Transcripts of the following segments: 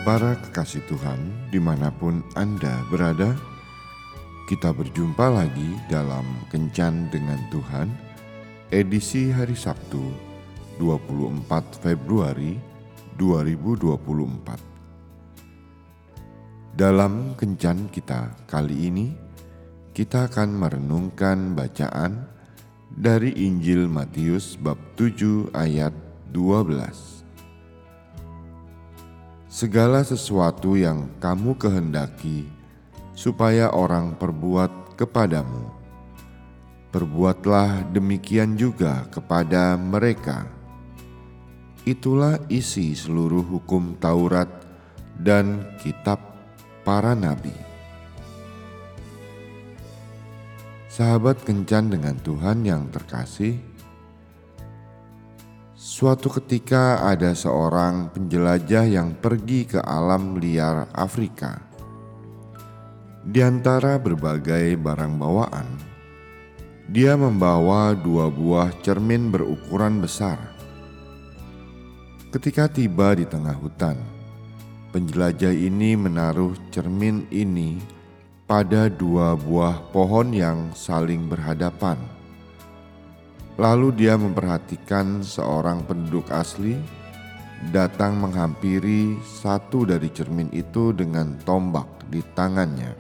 Para kekasih Tuhan, dimanapun Anda berada, kita berjumpa lagi dalam Kencan dengan Tuhan, edisi hari Sabtu, 24 Februari 2024. Dalam Kencan kita kali ini, kita akan merenungkan bacaan dari Injil Matius bab 7 ayat 12. Segala sesuatu yang kamu kehendaki supaya orang perbuat kepadamu, perbuatlah demikian juga kepada mereka. Itulah isi seluruh hukum Taurat dan kitab para nabi. Sahabat Kencan dengan Tuhan yang terkasih, suatu ketika ada seorang penjelajah yang pergi ke alam liar Afrika. Di antara berbagai barang bawaan, dia membawa 2 buah cermin berukuran besar. Ketika tiba di tengah hutan, penjelajah ini menaruh cermin ini pada 2 buah pohon yang saling berhadapan. Lalu dia memperhatikan seorang penduduk asli datang menghampiri satu dari cermin itu dengan tombak di tangannya.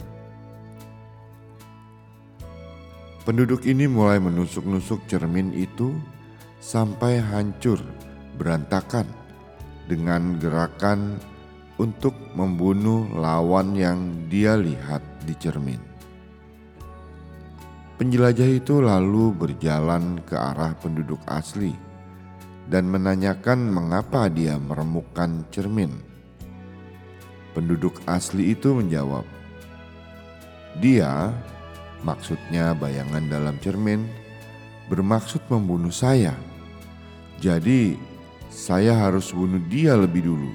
Penduduk ini mulai menusuk-nusuk cermin itu sampai hancur berantakan dengan gerakan untuk membunuh lawan yang dia lihat di cermin. Penjelajah itu lalu berjalan ke arah penduduk asli dan menanyakan mengapa dia meremukkan cermin. Penduduk asli itu menjawab, "Dia, maksudnya bayangan dalam cermin, bermaksud membunuh saya. Jadi saya harus bunuh dia lebih dulu."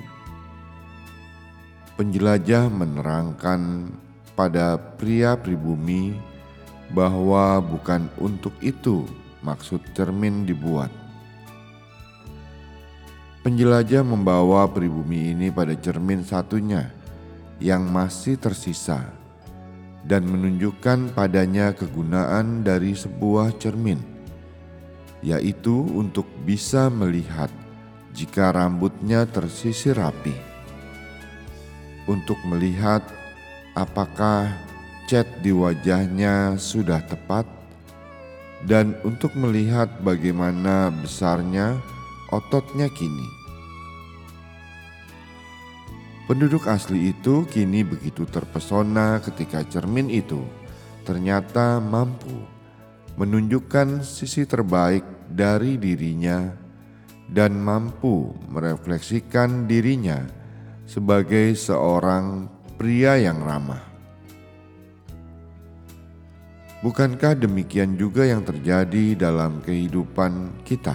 Penjelajah menerangkan pada pria pribumi bahwa bukan untuk itu maksud cermin dibuat. Penjelajah membawa pribumi ini pada cermin satunya yang masih tersisa dan menunjukkan padanya kegunaan dari sebuah cermin, yaitu untuk bisa melihat jika rambutnya tersisir rapi, untuk melihat apakah cat di wajahnya sudah tepat, dan untuk melihat bagaimana besarnya ototnya kini. Penduduk asli itu kini begitu terpesona ketika cermin itu ternyata mampu menunjukkan sisi terbaik dari dirinya dan mampu merefleksikan dirinya sebagai seorang pria yang ramah. Bukankah demikian juga yang terjadi dalam kehidupan kita?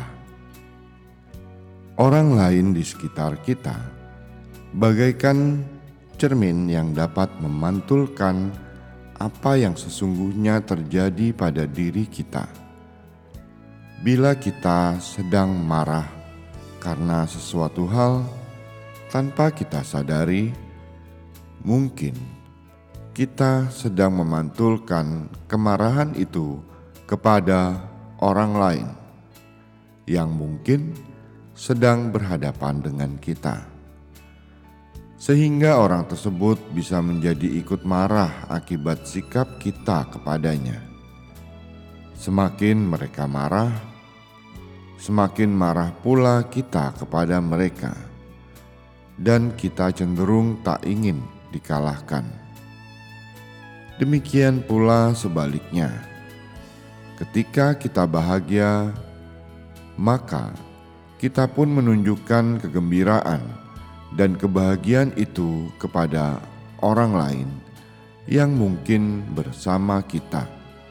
Orang lain di sekitar kita bagaikan cermin yang dapat memantulkan apa yang sesungguhnya terjadi pada diri kita. Bila kita sedang marah karena sesuatu hal tanpa kita sadari, mungkin kita sedang memantulkan kemarahan itu kepada orang lain yang mungkin sedang berhadapan dengan kita, sehingga orang tersebut bisa menjadi ikut marah akibat sikap kita kepadanya. Semakin mereka marah, semakin marah pula kita kepada mereka, dan kita cenderung tak ingin dikalahkan. Demikian pula sebaliknya, ketika kita bahagia, maka kita pun menunjukkan kegembiraan dan kebahagiaan itu kepada orang lain yang mungkin bersama kita,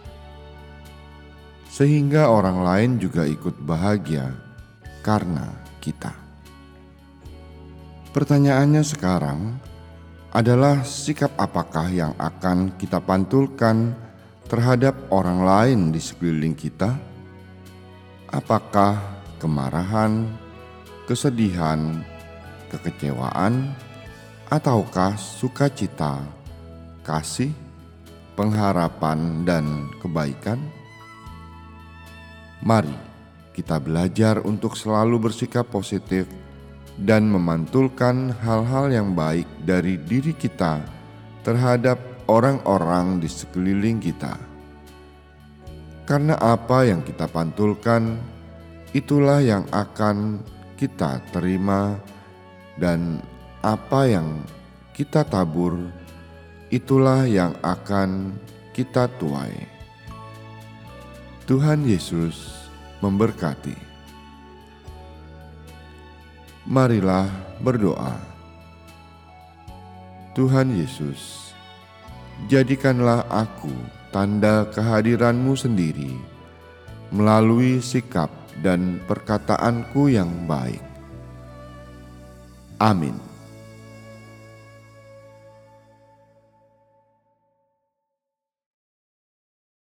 sehingga orang lain juga ikut bahagia karena kita. Pertanyaannya sekarang adalah sikap apakah yang akan kita pantulkan terhadap orang lain di sekeliling kita? Apakah kemarahan, kesedihan, kekecewaan, ataukah sukacita, kasih, pengharapan, dan kebaikan? Mari kita belajar untuk selalu bersikap positif dan memantulkan hal-hal yang baik dari diri kita terhadap orang-orang di sekeliling kita. Karena apa yang kita pantulkan, itulah yang akan kita terima, dan apa yang kita tabur, itulah yang akan kita tuai. Tuhan Yesus memberkati. Marilah berdoa. Tuhan Yesus, jadikanlah aku tanda kehadiran-Mu sendiri melalui sikap dan perkataanku yang baik. Amin.